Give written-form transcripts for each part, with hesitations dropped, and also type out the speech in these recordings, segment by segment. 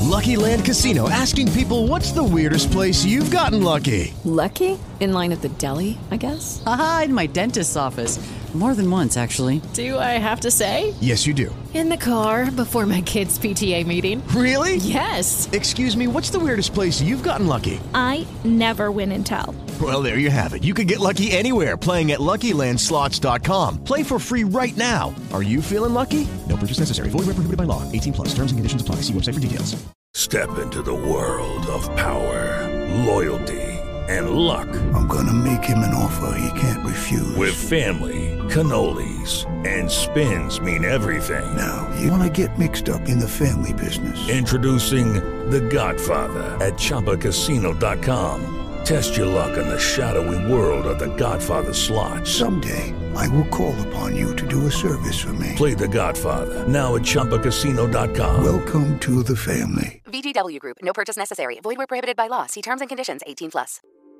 Lucky Land Casino, asking people, what's the weirdest place you've gotten lucky? Lucky? In line at the deli, I guess? Aha, in my dentist's office. More than once, actually. Do I have to say? Yes, you do. In the car before my kids' PTA meeting. Really? Yes. Excuse me, what's the weirdest place you've gotten lucky? I never win and tell. Well, there you have it. You can get lucky anywhere, playing at LuckyLandSlots.com. Play for free right now. Are you feeling lucky? No purchase necessary. Void where prohibited by law. 18 plus. Terms and conditions apply. See website for details. Step into the world of power, loyalty, and luck. I'm gonna make him an offer he can't refuse. With family, cannolis, and spins mean everything. Now, you wanna get mixed up in the family business. Introducing The Godfather at ChumbaCasino.com. Test your luck in the shadowy world of The Godfather slot. Someday, I will call upon you to do a service for me. Play The Godfather, now at ChumbaCasino.com. Welcome to the family. VGW Group. No purchase necessary. Void where prohibited by law. See terms and conditions. 18 plus.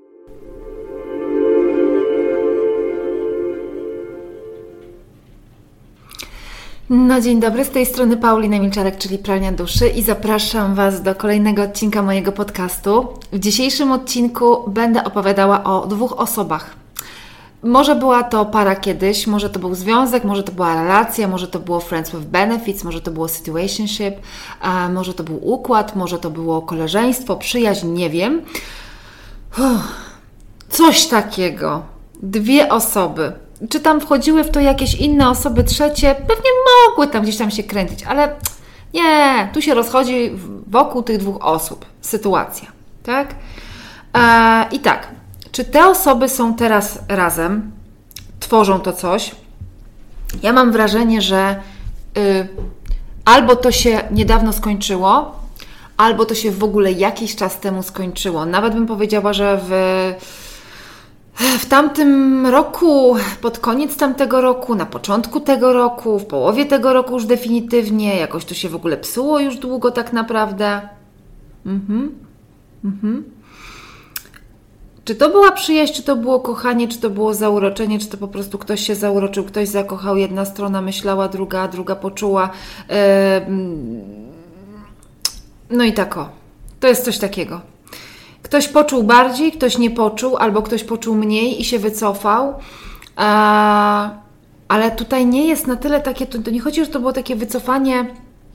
No dzień dobry, z tej strony Paulina Milczarek, czyli Pralnia Duszy i zapraszam Was do kolejnego odcinka mojego podcastu. W dzisiejszym odcinku będę opowiadała o 2 osobach. Może była to para kiedyś, może to był związek, może to była relacja, może to było friends with benefits, może to było situationship, może to był układ, może to było koleżeństwo, przyjaźń, nie wiem. Coś takiego. 2 osoby. Czy tam wchodziły w to jakieś inne osoby trzecie? Pewnie mogły tam gdzieś tam się kręcić, ale nie, tu się rozchodzi wokół tych 2 osób sytuacja, tak? I tak, czy te osoby są teraz razem, tworzą to coś? Ja mam wrażenie, że albo to się niedawno skończyło, albo to się w ogóle jakiś czas temu skończyło. Nawet bym powiedziała, że w tamtym roku, pod koniec tamtego roku, na początku tego roku, w połowie tego roku już definitywnie, jakoś to się w ogóle psuło już długo tak naprawdę. Czy to była przyjaźń, czy to było kochanie, czy to było zauroczenie, czy to po prostu ktoś się zauroczył, ktoś zakochał, jedna strona myślała, druga poczuła. No i tak o. To jest coś takiego. Ktoś poczuł bardziej, ktoś nie poczuł, albo ktoś poczuł mniej i się wycofał. Ale tutaj nie jest na tyle takie, to nie chodzi, że to było takie wycofanie,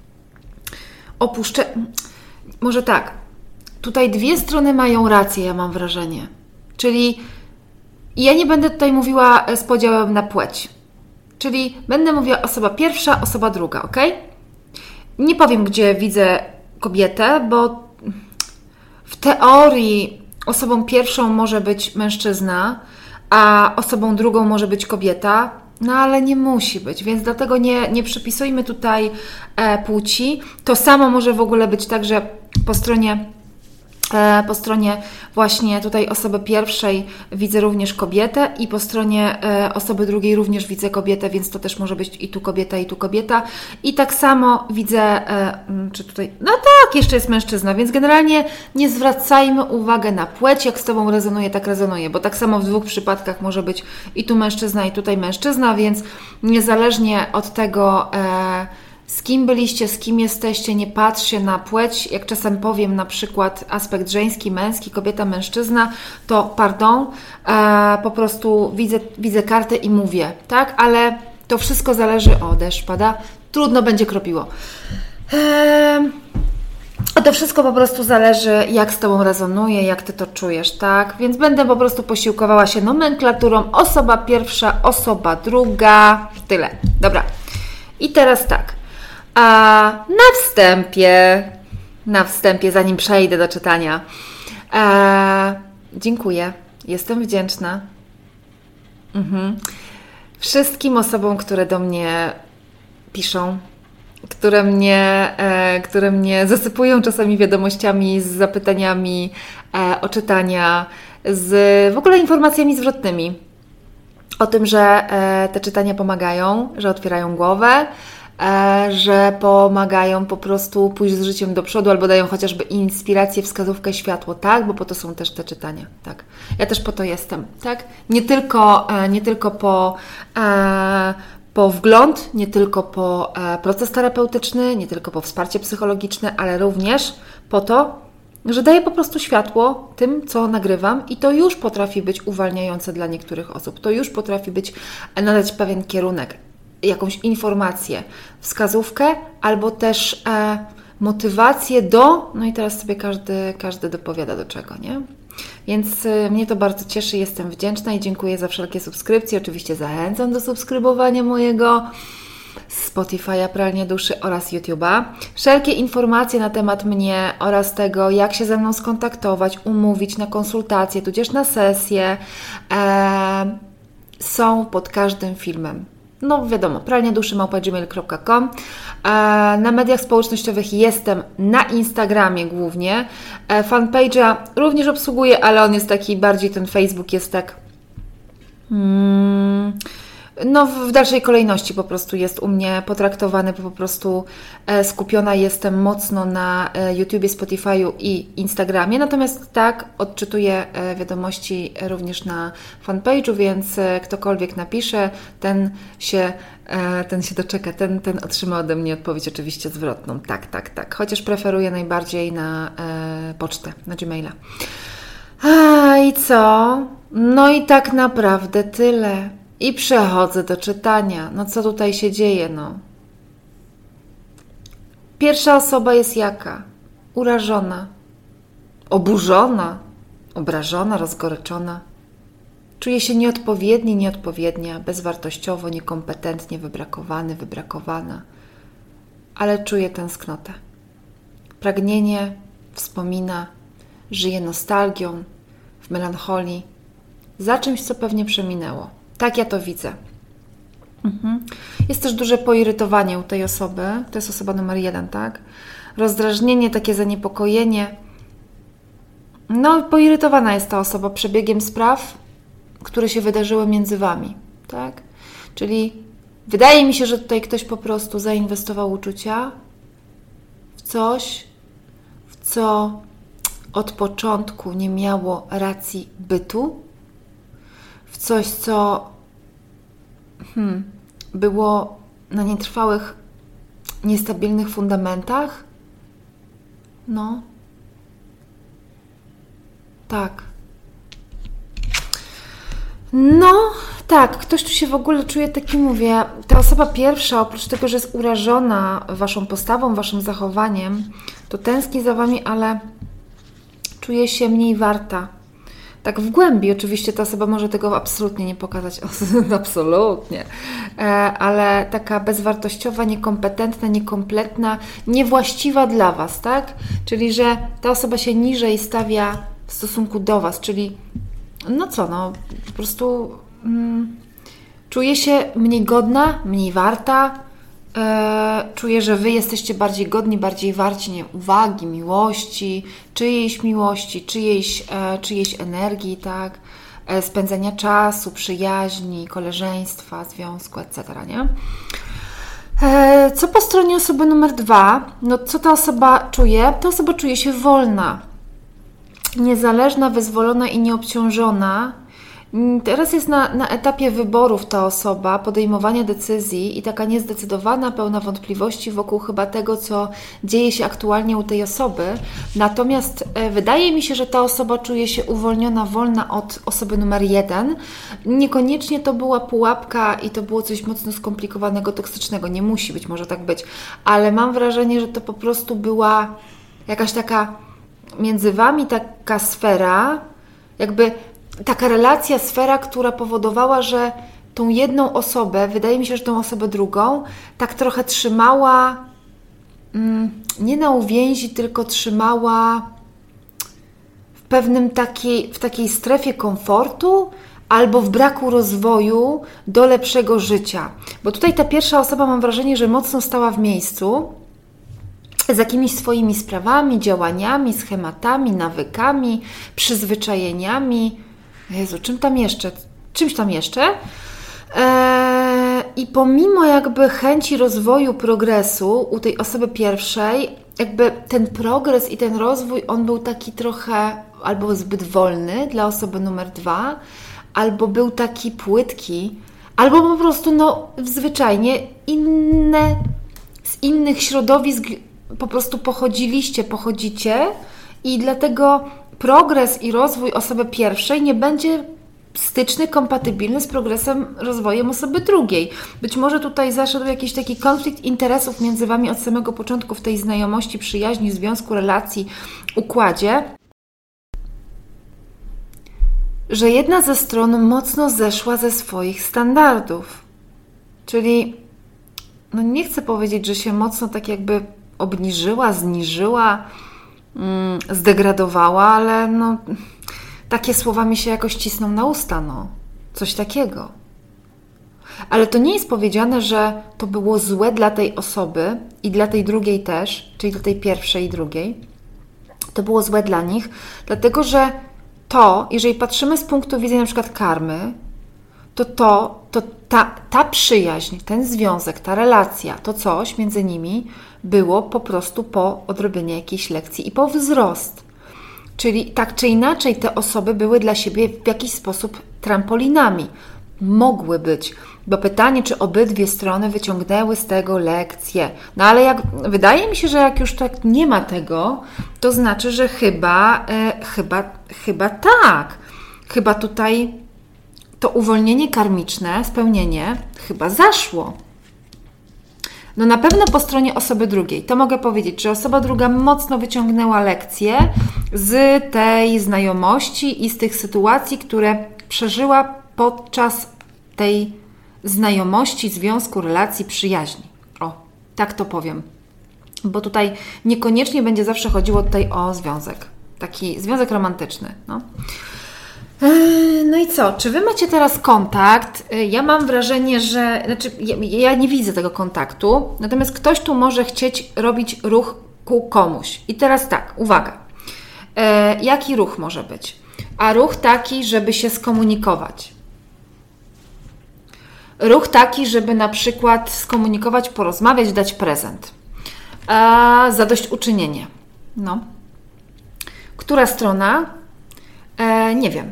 może tak, tutaj 2 strony mają rację, ja mam wrażenie. Czyli ja nie będę tutaj mówiła z podziałem na płeć. Czyli będę mówiła osoba pierwsza, osoba druga, ok? Nie powiem, gdzie widzę kobietę, bo w teorii osobą pierwszą może być mężczyzna, a osobą drugą może być kobieta, no ale nie musi być, więc dlatego nie przypisujmy tutaj płci. To samo może w ogóle być tak, że po stronie właśnie tutaj osoby pierwszej widzę również kobietę i po stronie osoby drugiej również widzę kobietę, więc to też może być i tu kobieta, i tu kobieta. I tak samo widzę, czy tutaj, no tak, jeszcze jest mężczyzna, więc generalnie nie zwracajmy uwagi na płeć, jak z Tobą rezonuje, tak rezonuje, bo tak samo w 2 przypadkach może być i tu mężczyzna, i tutaj mężczyzna, więc niezależnie od tego, z kim byliście, z kim jesteście, nie patrzcie na płeć. Jak czasem powiem na przykład aspekt żeński, męski, kobieta, mężczyzna, to pardon, po prostu widzę kartę i mówię, tak? Ale to wszystko zależy, deszcz pada, trudno będzie kropiło. To wszystko po prostu zależy, jak z Tobą rezonuje, jak Ty to czujesz, tak? Więc będę po prostu posiłkowała się nomenklaturą osoba pierwsza, osoba druga, tyle. Dobra. I teraz tak. A na wstępie, zanim przejdę do czytania, dziękuję, jestem wdzięczna wszystkim osobom, które do mnie piszą, które mnie zasypują czasami wiadomościami z zapytaniami o czytania, z w ogóle informacjami zwrotnymi o tym, że te czytania pomagają, że otwierają głowę, że pomagają po prostu pójść z życiem do przodu albo dają chociażby inspirację, wskazówkę, światło, tak? Bo po to są też te czytania, tak? Ja też po to jestem, tak? Nie tylko po wgląd, nie tylko po proces terapeutyczny, nie tylko po wsparcie psychologiczne, ale również po to, że daję po prostu światło tym, co nagrywam i to już potrafi być uwalniające dla niektórych osób. To już potrafi być, nadać pewien kierunek, jakąś informację, wskazówkę albo też motywację do, no i teraz sobie każdy dopowiada do czego, nie? Więc mnie to bardzo cieszy, jestem wdzięczna i dziękuję za wszelkie subskrypcje. Oczywiście zachęcam do subskrybowania mojego Spotify'a, Pralnia Duszy oraz YouTube'a. Wszelkie informacje na temat mnie oraz tego, jak się ze mną skontaktować, umówić na konsultacje, tudzież na sesję, są pod każdym filmem. No wiadomo, pralniaduszy@gmail.com. Na mediach społecznościowych jestem na Instagramie głównie. Fanpage'a również obsługuję, ale on jest taki, bardziej ten Facebook jest tak... No w dalszej kolejności po prostu jest u mnie potraktowany, po prostu skupiona jestem mocno na YouTubie, Spotify'u i Instagramie, natomiast tak, odczytuję wiadomości również na fanpage'u, więc ktokolwiek napisze, ten się doczeka, ten otrzyma ode mnie odpowiedź oczywiście zwrotną, tak, chociaż preferuję najbardziej na pocztę, na Gmaila. I co? No i tak naprawdę tyle. I przechodzę do czytania. No co tutaj się dzieje, no? Pierwsza osoba jest jaka? Urażona, oburzona, obrażona, rozgoryczona. Czuje się nieodpowiedni, nieodpowiednia, bezwartościowo, niekompetentnie, wybrakowany, wybrakowana. Ale czuje tęsknotę. Pragnienie, wspomina, żyje nostalgią, w melancholii, za czymś, co pewnie przeminęło. Tak ja to widzę. Jest też duże poirytowanie u tej osoby. To jest osoba numer 1, tak? Rozdrażnienie, takie zaniepokojenie. No, poirytowana jest ta osoba przebiegiem spraw, które się wydarzyły między Wami, tak? Czyli wydaje mi się, że tutaj ktoś po prostu zainwestował uczucia w coś, w co od początku nie miało racji bytu, w coś, co było na nietrwałych, niestabilnych fundamentach. No. Tak. No, tak. Ktoś tu się w ogóle czuje taki, mówię, ta osoba pierwsza, oprócz tego, że jest urażona Waszą postawą, Waszym zachowaniem, to tęskni za Wami, ale czuje się mniej warta. Tak w głębi, oczywiście ta osoba może tego absolutnie nie pokazać, absolutnie, ale taka bezwartościowa, niekompetentna, niekompletna, niewłaściwa dla Was, tak? Czyli, że ta osoba się niżej stawia w stosunku do Was, czyli po prostu czuje się mniej godna, mniej warta, czuje, że Wy jesteście bardziej godni, bardziej warci, nie, uwagi, miłości, czyjejś energii, tak? Spędzania czasu, przyjaźni, koleżeństwa, związku, etc., nie? Co po stronie osoby numer 2? No co ta osoba czuje? Ta osoba czuje się wolna, niezależna, wyzwolona i nieobciążona. Teraz jest na etapie wyborów ta osoba, podejmowania decyzji i taka niezdecydowana, pełna wątpliwości wokół chyba tego, co dzieje się aktualnie u tej osoby. Natomiast wydaje mi się, że ta osoba czuje się uwolniona, wolna od osoby numer 1. Niekoniecznie to była pułapka i to było coś mocno skomplikowanego, toksycznego. Nie musi być, może tak być. Ale mam wrażenie, że to po prostu była jakaś taka między Wami taka sfera, jakby taka relacja, sfera, która powodowała, że tą jedną osobę, wydaje mi się, że tą osobę drugą, tak trochę trzymała, nie na uwięzi, tylko trzymała w takiej strefie komfortu albo w braku rozwoju do lepszego życia. Bo tutaj ta pierwsza osoba, mam wrażenie, że mocno stała w miejscu z jakimiś swoimi sprawami, działaniami, schematami, nawykami, przyzwyczajeniami. Jezu, czymś tam jeszcze. I pomimo jakby chęci rozwoju, progresu u tej osoby pierwszej, jakby ten progres i ten rozwój, on był taki trochę albo zbyt wolny dla osoby numer 2, albo był taki płytki, albo po prostu zwyczajnie z innych środowisk po prostu pochodzicie i dlatego progres i rozwój osoby pierwszej nie będzie styczny, kompatybilny z rozwojem osoby drugiej. Być może tutaj zaszedł jakiś taki konflikt interesów między Wami od samego początku w tej znajomości, przyjaźni, związku, relacji, układzie, że jedna ze stron mocno zeszła ze swoich standardów. Czyli, nie chcę powiedzieć, że się mocno tak jakby obniżyła, zniżyła, zdegradowała, ale takie słowa mi się jakoś cisną na usta, coś takiego. Ale to nie jest powiedziane, że to było złe dla tej osoby i dla tej drugiej też, czyli dla tej pierwszej i drugiej. To było złe dla nich, dlatego że jeżeli patrzymy z punktu widzenia na przykład karmy, to ta przyjaźń, ten związek, ta relacja, to coś między nimi było po prostu po odrobieniu jakiejś lekcji i po wzrost. Czyli tak czy inaczej te osoby były dla siebie w jakiś sposób trampolinami. Mogły być, bo pytanie, czy obydwie strony wyciągnęły z tego lekcje. Ale wydaje mi się, że jak już tak nie ma tego, to znaczy, że chyba tak. Chyba tutaj to uwolnienie karmiczne, spełnienie chyba zaszło. Na pewno po stronie osoby drugiej. To mogę powiedzieć, że osoba druga mocno wyciągnęła lekcje z tej znajomości i z tych sytuacji, które przeżyła podczas tej znajomości, związku, relacji, przyjaźni. Tak to powiem. Bo tutaj niekoniecznie będzie zawsze chodziło tutaj o związek. Taki związek romantyczny. No i co? Czy Wy macie teraz kontakt? Ja mam wrażenie, że... ja nie widzę tego kontaktu, natomiast ktoś tu może chcieć robić ruch ku komuś. I teraz tak, uwaga. Jaki ruch może być? A ruch taki, żeby się skomunikować. Ruch taki, żeby na przykład skomunikować, porozmawiać, dać prezent. Zadośćuczynienie. Która strona? Nie wiem.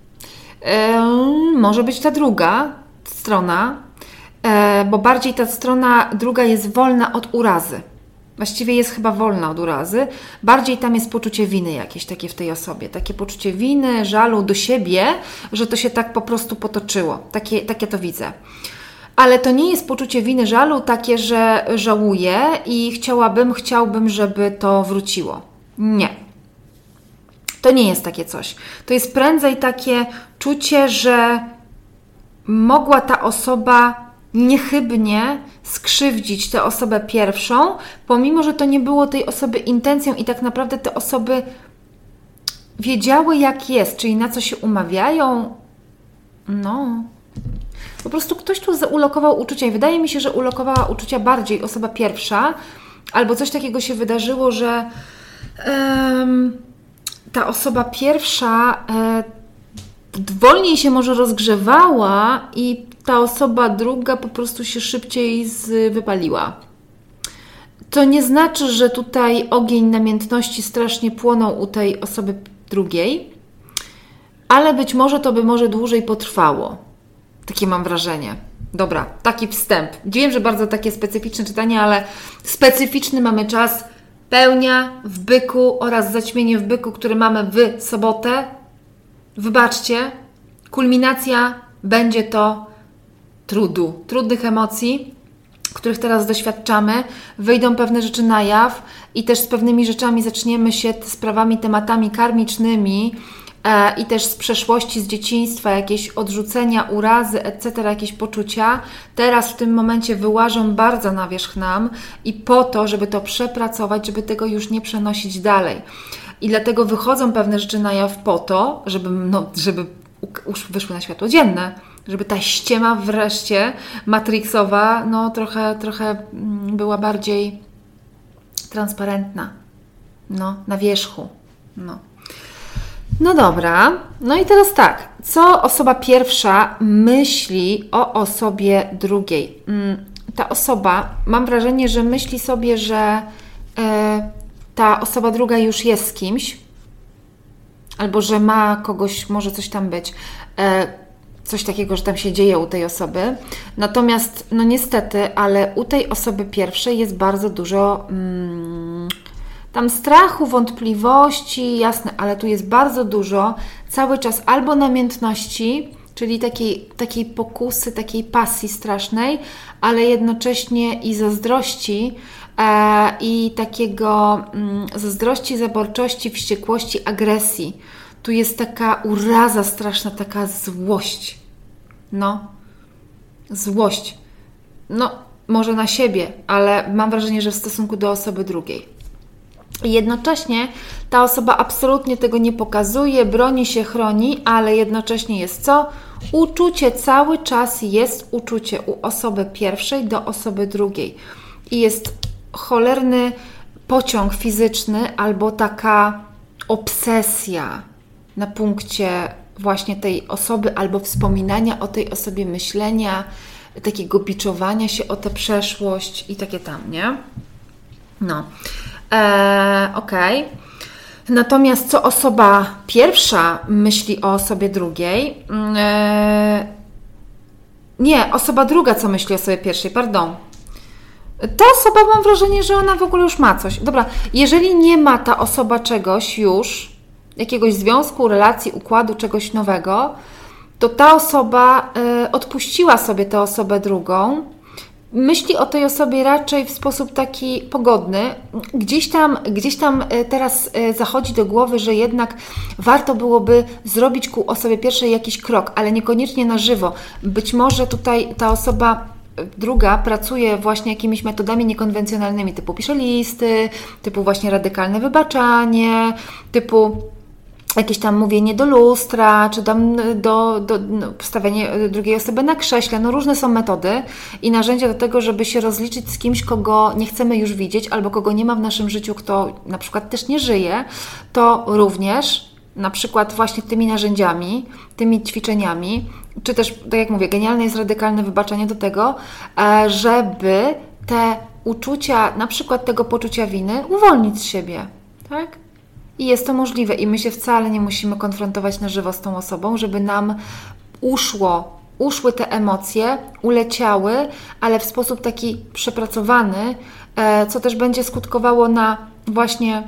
Może być ta druga strona, bo bardziej ta strona druga jest wolna od urazy. Właściwie jest chyba wolna od urazy. Bardziej tam jest poczucie winy jakieś takie w tej osobie. Takie poczucie winy, żalu do siebie, że to się tak po prostu potoczyło. Takie to widzę. Ale to nie jest poczucie winy, żalu takie, że żałuję i chciałbym, żeby to wróciło. Nie. To nie jest takie coś. To jest prędzej takie czucie, że mogła ta osoba niechybnie skrzywdzić tę osobę pierwszą, pomimo że to nie było tej osoby intencją i tak naprawdę te osoby wiedziały jak jest, czyli na co się umawiają. Po prostu ktoś tu zaulokował uczucia i wydaje mi się, że ulokowała uczucia bardziej osoba pierwsza, albo coś takiego się wydarzyło, że ta osoba pierwsza wolniej się może rozgrzewała i ta osoba druga po prostu się szybciej wypaliła. To nie znaczy, że tutaj ogień namiętności strasznie płonął u tej osoby drugiej, ale być może to by może dłużej potrwało. Takie mam wrażenie. Dobra, taki wstęp. Wiem, że bardzo takie specyficzne czytanie, ale specyficzny mamy czas. Pełnia w byku oraz zaćmienie w byku, które mamy w sobotę. Wybaczcie, kulminacja będzie to trudnych emocji, których teraz doświadczamy. Wyjdą pewne rzeczy na jaw i też z pewnymi rzeczami zaczniemy się sprawami, tematami karmicznymi i też z przeszłości, z dzieciństwa, jakieś odrzucenia, urazy, etc., jakieś poczucia, teraz w tym momencie wyłażą bardzo na wierzch nam i po to, żeby to przepracować, żeby tego już nie przenosić dalej. I dlatego wychodzą pewne rzeczy na jaw po to, żeby już wyszły na światło dzienne, żeby ta ściema wreszcie matrixowa trochę była bardziej transparentna, na wierzchu. No dobra, no i teraz tak, co osoba pierwsza myśli o osobie drugiej? Ta osoba, mam wrażenie, że myśli sobie, że ta osoba druga już jest z kimś, albo że ma kogoś, może coś tam być, coś takiego, że tam się dzieje u tej osoby. Natomiast, no niestety, ale u tej osoby pierwszej jest bardzo dużo tam strachu, wątpliwości, jasne, ale tu jest bardzo dużo cały czas albo namiętności, czyli takiej pokusy, takiej pasji strasznej, ale jednocześnie i zazdrości, i takiego zazdrości, zaborczości, wściekłości, agresji. Tu jest taka uraza straszna, taka złość. No, złość. No, może na siebie, ale mam wrażenie, że w stosunku do osoby drugiej. I jednocześnie ta osoba absolutnie tego nie pokazuje, broni się, chroni, ale jednocześnie jest co? Uczucie, cały czas jest uczucie u osoby pierwszej do osoby drugiej. I jest cholerny pociąg fizyczny albo taka obsesja na punkcie właśnie tej osoby albo wspominania o tej osobie, myślenia, takiego biczowania się o tę przeszłość i takie tam, nie? No. Okej. Natomiast co osoba pierwsza myśli o osobie drugiej? Nie, osoba druga co myśli o osobie pierwszej, pardon. Ta osoba, mam wrażenie, że ona w ogóle już ma coś. Dobra, jeżeli nie ma ta osoba czegoś już, jakiegoś związku, relacji, układu, czegoś nowego, to ta osoba odpuściła sobie tę osobę drugą, myśli o tej osobie raczej w sposób taki pogodny. Gdzieś tam teraz zachodzi do głowy, że jednak warto byłoby zrobić ku osobie pierwszej jakiś krok, ale niekoniecznie na żywo. Być może tutaj ta osoba druga pracuje właśnie jakimiś metodami niekonwencjonalnymi, typu pisze listy, typu właśnie radykalne wybaczanie, typu jakieś tam mówienie do lustra, czy tam postawienie drugiej osoby na krześle. No różne są metody i narzędzia do tego, żeby się rozliczyć z kimś, kogo nie chcemy już widzieć, albo kogo nie ma w naszym życiu, kto na przykład też nie żyje, to również na przykład właśnie tymi narzędziami, tymi ćwiczeniami, czy też, tak jak mówię, genialne jest radykalne wybaczenie do tego, żeby te uczucia, na przykład tego poczucia winy, uwolnić z siebie, tak? I jest to możliwe i my się wcale nie musimy konfrontować na żywo z tą osobą, żeby nam uszły te emocje, uleciały, ale w sposób taki przepracowany, co też będzie skutkowało na właśnie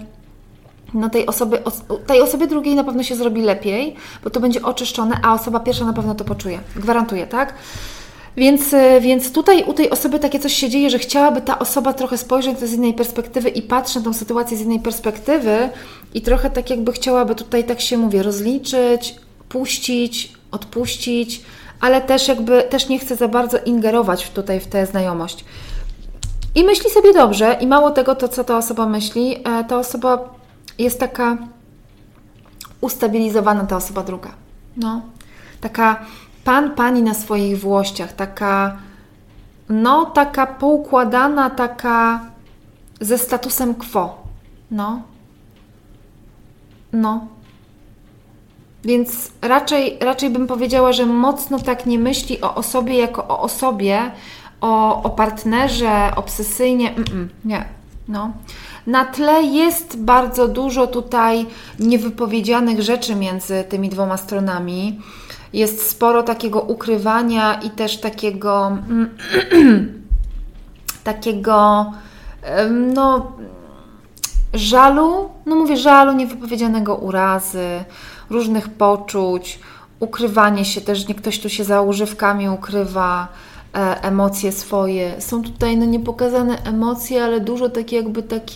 tej osobie drugiej na pewno się zrobi lepiej, bo to będzie oczyszczone, a osoba pierwsza na pewno to poczuje. Gwarantuję, tak? Więc tutaj u tej osoby takie coś się dzieje, że chciałaby ta osoba trochę spojrzeć z innej perspektywy i patrzy na tą sytuację z innej perspektywy i trochę tak jakby chciałaby tutaj, tak się mówię, rozliczyć, puścić, odpuścić, ale też nie chce za bardzo ingerować tutaj w tę znajomość. I myśli sobie dobrze i mało tego, to co ta osoba myśli, ta osoba jest taka ustabilizowana, ta osoba druga. No, taka pani na swoich włościach, taka poukładana, taka ze statusem quo. No. Więc raczej bym powiedziała, że mocno tak nie myśli o osobie jako o osobie, o partnerze, obsesyjnie. Nie. No. Na tle jest bardzo dużo tutaj niewypowiedzianych rzeczy między tymi dwoma stronami. Jest sporo takiego ukrywania i też takiego żalu, żalu, niewypowiedzianego urazy, różnych poczuć, ukrywanie się też, ktoś tu się za używkami ukrywa, emocje swoje. Są tutaj niepokazane emocje, ale dużo takiej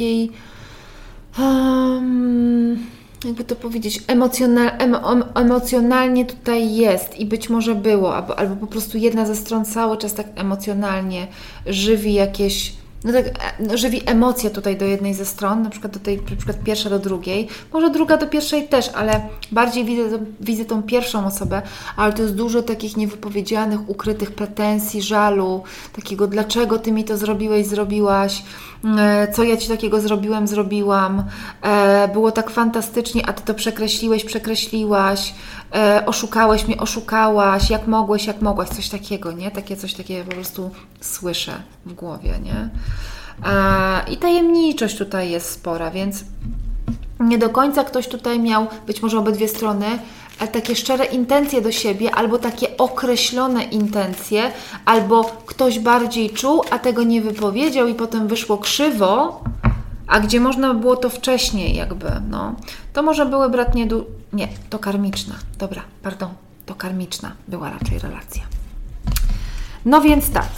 jakby to powiedzieć, emocjonalnie tutaj jest i być może było, albo po prostu jedna ze stron cały czas tak emocjonalnie żywi jakieś, żywi emocje tutaj do jednej ze stron, na przykład pierwsza do drugiej, może druga do pierwszej też, ale bardziej widzę tą pierwszą osobę, ale to jest dużo takich niewypowiedzianych, ukrytych pretensji, żalu, takiego dlaczego ty mi to zrobiłaś, co ja ci takiego zrobiłam, było tak fantastycznie, a ty to przekreśliłaś, oszukałeś mnie, oszukałaś, jak mogłaś, coś takiego, nie? Coś takiego po prostu słyszę w głowie, nie? I tajemniczość tutaj jest spora, więc nie do końca ktoś tutaj miał, być może obydwie strony, ale takie szczere intencje do siebie, albo takie określone intencje, albo ktoś bardziej czuł, a tego nie wypowiedział i potem wyszło krzywo, a gdzie można było to wcześniej jakby, no, to może były nie, to karmiczna, dobra, pardon, to karmiczna była raczej relacja. No więc tak,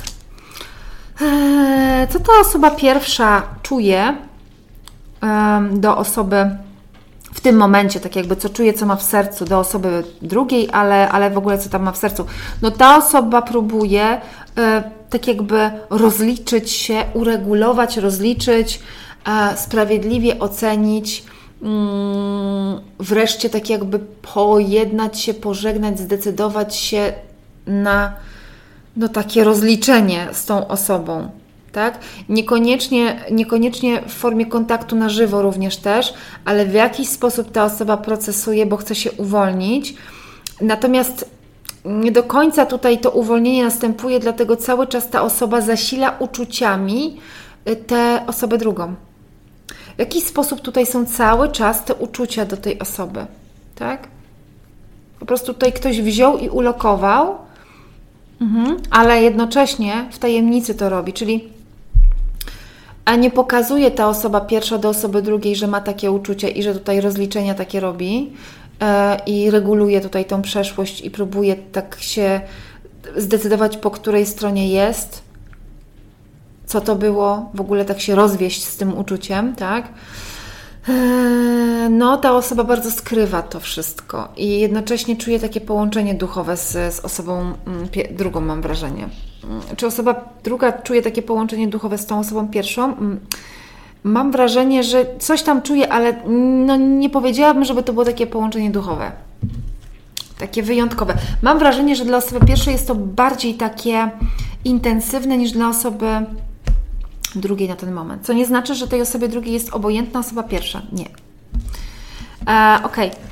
co ta osoba pierwsza czuje do osoby w tym momencie, tak jakby co czuje, co ma w sercu do osoby drugiej, ale w ogóle co tam ma w sercu. No ta osoba próbuje tak jakby rozliczyć się, uregulować, rozliczyć, sprawiedliwie ocenić, wreszcie tak jakby pojednać się, pożegnać, zdecydować się na takie rozliczenie z tą osobą. Tak? Niekoniecznie w formie kontaktu na żywo również też, ale w jakiś sposób ta osoba procesuje, bo chce się uwolnić. Natomiast nie do końca tutaj to uwolnienie następuje, dlatego cały czas ta osoba zasila uczuciami tę osobę drugą. W jakiś sposób tutaj są cały czas te uczucia do tej osoby. Tak? Po prostu tutaj ktoś wziął i ulokował, ale jednocześnie w tajemnicy to robi, czyli a nie pokazuje ta osoba pierwsza do osoby drugiej, że ma takie uczucia i że tutaj rozliczenia takie robi i reguluje tutaj tą przeszłość i próbuje tak się zdecydować, po której stronie jest, co to było, w ogóle tak się rozwieść z tym uczuciem, tak? No, ta osoba bardzo skrywa to wszystko i jednocześnie czuje takie połączenie duchowe z osobą drugą, mam wrażenie. Czy osoba druga czuje takie połączenie duchowe z tą osobą pierwszą? Mam wrażenie, że coś tam czuje, ale no, nie powiedziałabym, żeby to było takie połączenie duchowe. Takie wyjątkowe. Mam wrażenie, że dla osoby pierwszej jest to bardziej takie intensywne niż dla osoby drugiej na ten moment. Co nie znaczy, że tej osobie drugiej jest obojętna osoba pierwsza. Nie. Okej.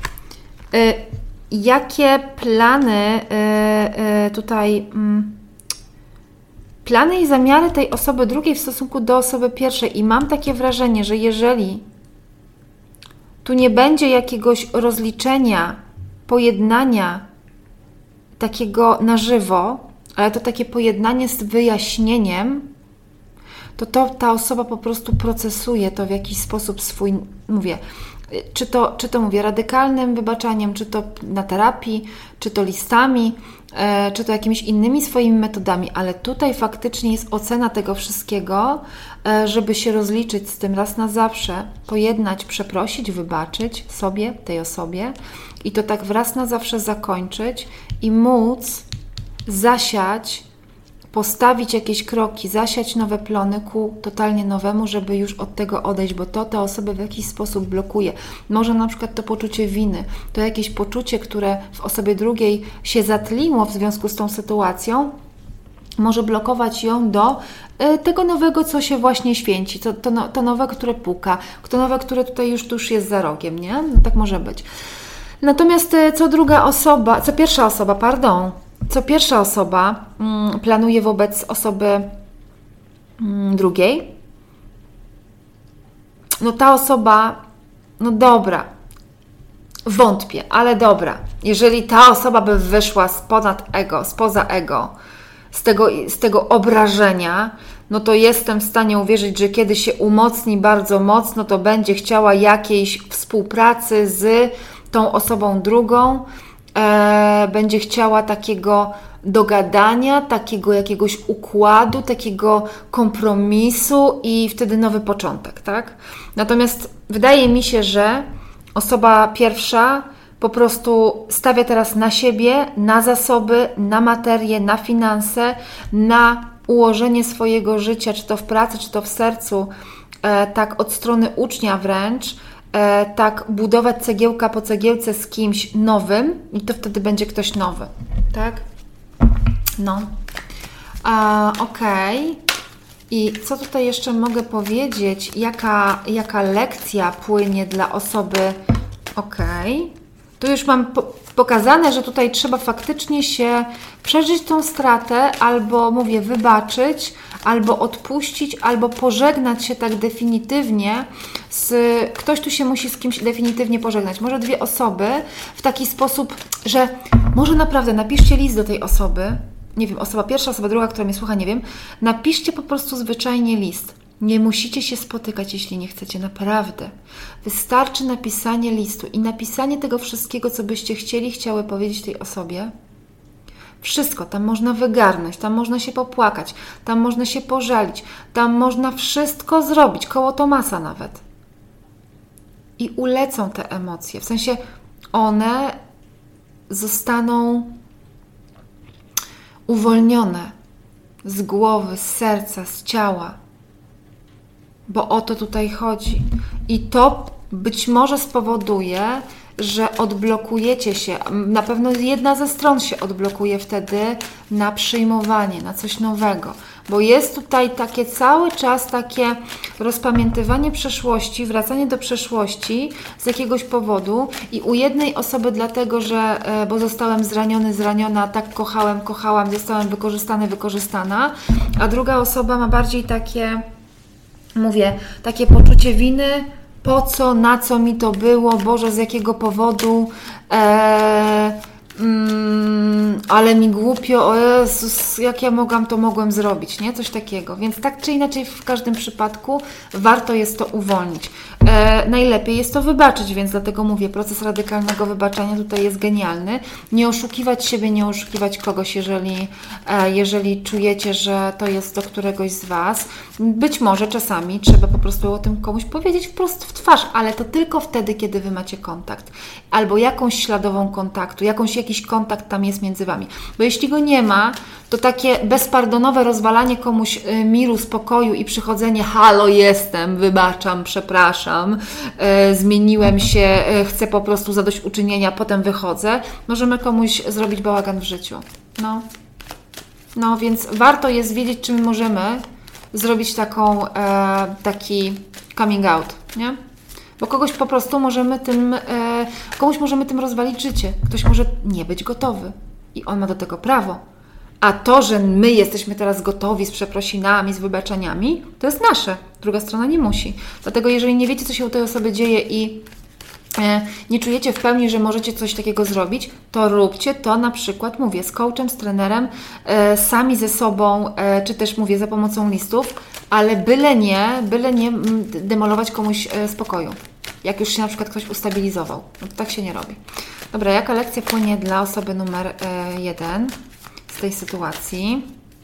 Jakie plany tutaj... Plany i zamiary tej osoby drugiej w stosunku do osoby pierwszej. I mam takie wrażenie, że jeżeli tu nie będzie jakiegoś rozliczenia, pojednania takiego na żywo, ale to takie pojednanie z wyjaśnieniem, to ta osoba po prostu procesuje to w jakiś sposób swój, mówię, czy to mówię radykalnym wybaczaniem, czy to na terapii, czy to listami, czy to jakimiś innymi swoimi metodami, ale tutaj faktycznie jest ocena tego wszystkiego, żeby się rozliczyć z tym raz na zawsze, pojednać, przeprosić, wybaczyć sobie, tej osobie i to tak raz na zawsze zakończyć i móc zasiać, postawić jakieś kroki, zasiać nowe plony ku totalnie nowemu, żeby już od tego odejść, bo to te osoby w jakiś sposób blokuje. Może na przykład to poczucie winy, to jakieś poczucie, które w osobie drugiej się zatliło w związku z tą sytuacją, może blokować ją do tego nowego, co się właśnie święci, to nowe, które puka, to nowe, które tutaj już jest za rogiem, nie? No, tak może być. Natomiast co pierwsza osoba planuje wobec osoby drugiej, no ta osoba, no dobra, wątpię, ale dobra, jeżeli ta osoba by wyszła spoza ego, z tego obrażenia, no to jestem w stanie uwierzyć, że kiedy się umocni bardzo mocno, to będzie chciała jakiejś współpracy z tą osobą drugą, będzie chciała takiego dogadania, takiego jakiegoś układu, takiego kompromisu i wtedy nowy początek, tak? Natomiast wydaje mi się, że osoba pierwsza po prostu stawia teraz na siebie, na zasoby, na materię, na finanse, na ułożenie swojego życia, czy to w pracy, czy to w sercu, tak od strony ucznia wręcz, tak budować cegiełka po cegiełce z kimś nowym i to wtedy będzie ktoś nowy, tak? No. Okej. I co tutaj jeszcze mogę powiedzieć? Jaka lekcja płynie dla osoby? Okej. Tu już mam pokazane, że tutaj trzeba faktycznie się przeżyć tą stratę, albo mówię wybaczyć, albo odpuścić, albo pożegnać się tak definitywnie Ktoś tu się musi z kimś definitywnie pożegnać. Może 2 osoby w taki sposób, że może naprawdę napiszcie list do tej osoby, nie wiem, osoba pierwsza, osoba druga, która mnie słucha, nie wiem, napiszcie po prostu zwyczajnie list. Nie musicie się spotykać, jeśli nie chcecie, naprawdę. Wystarczy napisanie listu i napisanie tego wszystkiego, co byście chciały powiedzieć tej osobie. Wszystko, tam można wygarnąć, tam można się popłakać, tam można się pożalić, tam można wszystko zrobić, koło Tomasa nawet. I ulecą te emocje, w sensie one zostaną uwolnione z głowy, z serca, z ciała. Bo o to tutaj chodzi. I to być może spowoduje, że odblokujecie się. Na pewno jedna ze stron się odblokuje wtedy na przyjmowanie, na coś nowego. Bo jest tutaj takie cały czas takie rozpamiętywanie przeszłości, wracanie do przeszłości z jakiegoś powodu i u jednej osoby dlatego, że bo zostałem zraniony, zraniona, tak kochałam, zostałem wykorzystany, wykorzystana, a druga osoba ma bardziej takie, takie poczucie winy, po co, na co mi to było, Boże, z jakiego powodu, ale mi głupio, o Jezus, jak ja mogłem zrobić, nie? Coś takiego. Więc tak czy inaczej w każdym przypadku warto jest to uwolnić. Najlepiej jest to wybaczyć, więc dlatego mówię, proces radykalnego wybaczenia tutaj jest genialny. Nie oszukiwać siebie, nie oszukiwać kogoś, jeżeli czujecie, że to jest do któregoś z Was. Być może czasami trzeba po prostu o tym komuś powiedzieć wprost w twarz, ale to tylko wtedy, kiedy Wy macie kontakt. Albo jakąś śladową kontaktu, jakiś kontakt tam jest między Wami. Bo jeśli go nie ma, to takie bezpardonowe rozwalanie komuś miru, spokoju i przychodzenie, halo, jestem, wybaczam, przepraszam, zmieniłem się, chcę po prostu zadośćuczynienia, potem wychodzę, możemy komuś zrobić bałagan w życiu. No więc warto jest wiedzieć, czy my możemy zrobić taki coming out, nie? Bo komuś możemy tym rozwalić życie. Ktoś może nie być gotowy i on ma do tego prawo. A to, że my jesteśmy teraz gotowi z przeprosinami, z wybaczeniami, to jest nasze. Druga strona nie musi. Dlatego jeżeli nie wiecie, co się u tej osoby dzieje i nie czujecie w pełni, że możecie coś takiego zrobić, to róbcie to na przykład, z coachem, z trenerem, sami ze sobą, czy też za pomocą listów, ale byle nie demolować komuś spokoju. Jak już się na przykład ktoś ustabilizował. No to tak się nie robi. Dobra, jaka lekcja płynie dla osoby numer 1 z tej sytuacji?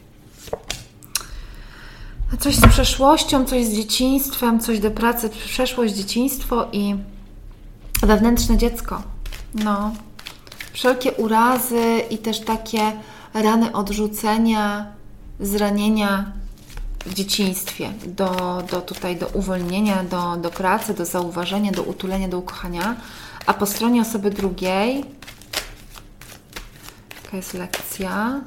Coś z przeszłością, coś z dzieciństwem, coś do pracy, przeszłość, dzieciństwo i wewnętrzne dziecko. Wszelkie urazy i też takie rany odrzucenia, zranienia w dzieciństwie, do uwolnienia, do pracy, do zauważenia, do utulenia, do ukochania. A po stronie osoby drugiej, jaka jest lekcja?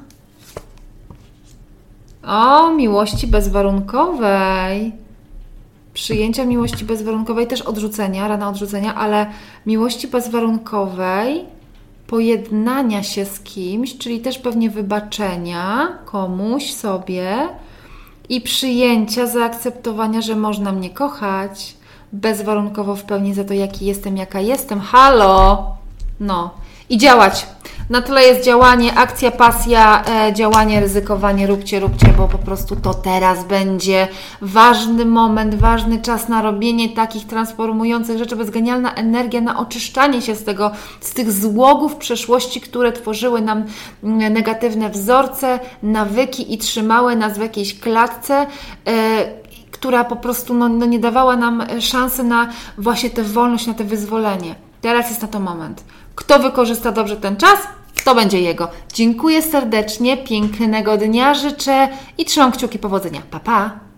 O, miłości bezwarunkowej. Przyjęcia miłości bezwarunkowej, też odrzucenia, rana odrzucenia, ale miłości bezwarunkowej, pojednania się z kimś, czyli też pewnie wybaczenia komuś, sobie i przyjęcia, zaakceptowania, że można mnie kochać bezwarunkowo w pełni za to, jaki jestem, jaka jestem. Halo! I działać. Na tyle jest działanie, akcja, pasja, działanie, ryzykowanie, róbcie, bo po prostu to teraz będzie ważny moment, ważny czas na robienie takich transformujących rzeczy, bo jest genialna energia na oczyszczanie się z tych złogów przeszłości, które tworzyły nam negatywne wzorce, nawyki i trzymały nas w jakiejś klatce, która po prostu nie dawała nam szansy na właśnie tę wolność, na to wyzwolenie. Teraz jest na to moment. Kto wykorzysta dobrze ten czas, to będzie jego. Dziękuję serdecznie, pięknego dnia życzę i trzymam kciuki, powodzenia. Pa, pa!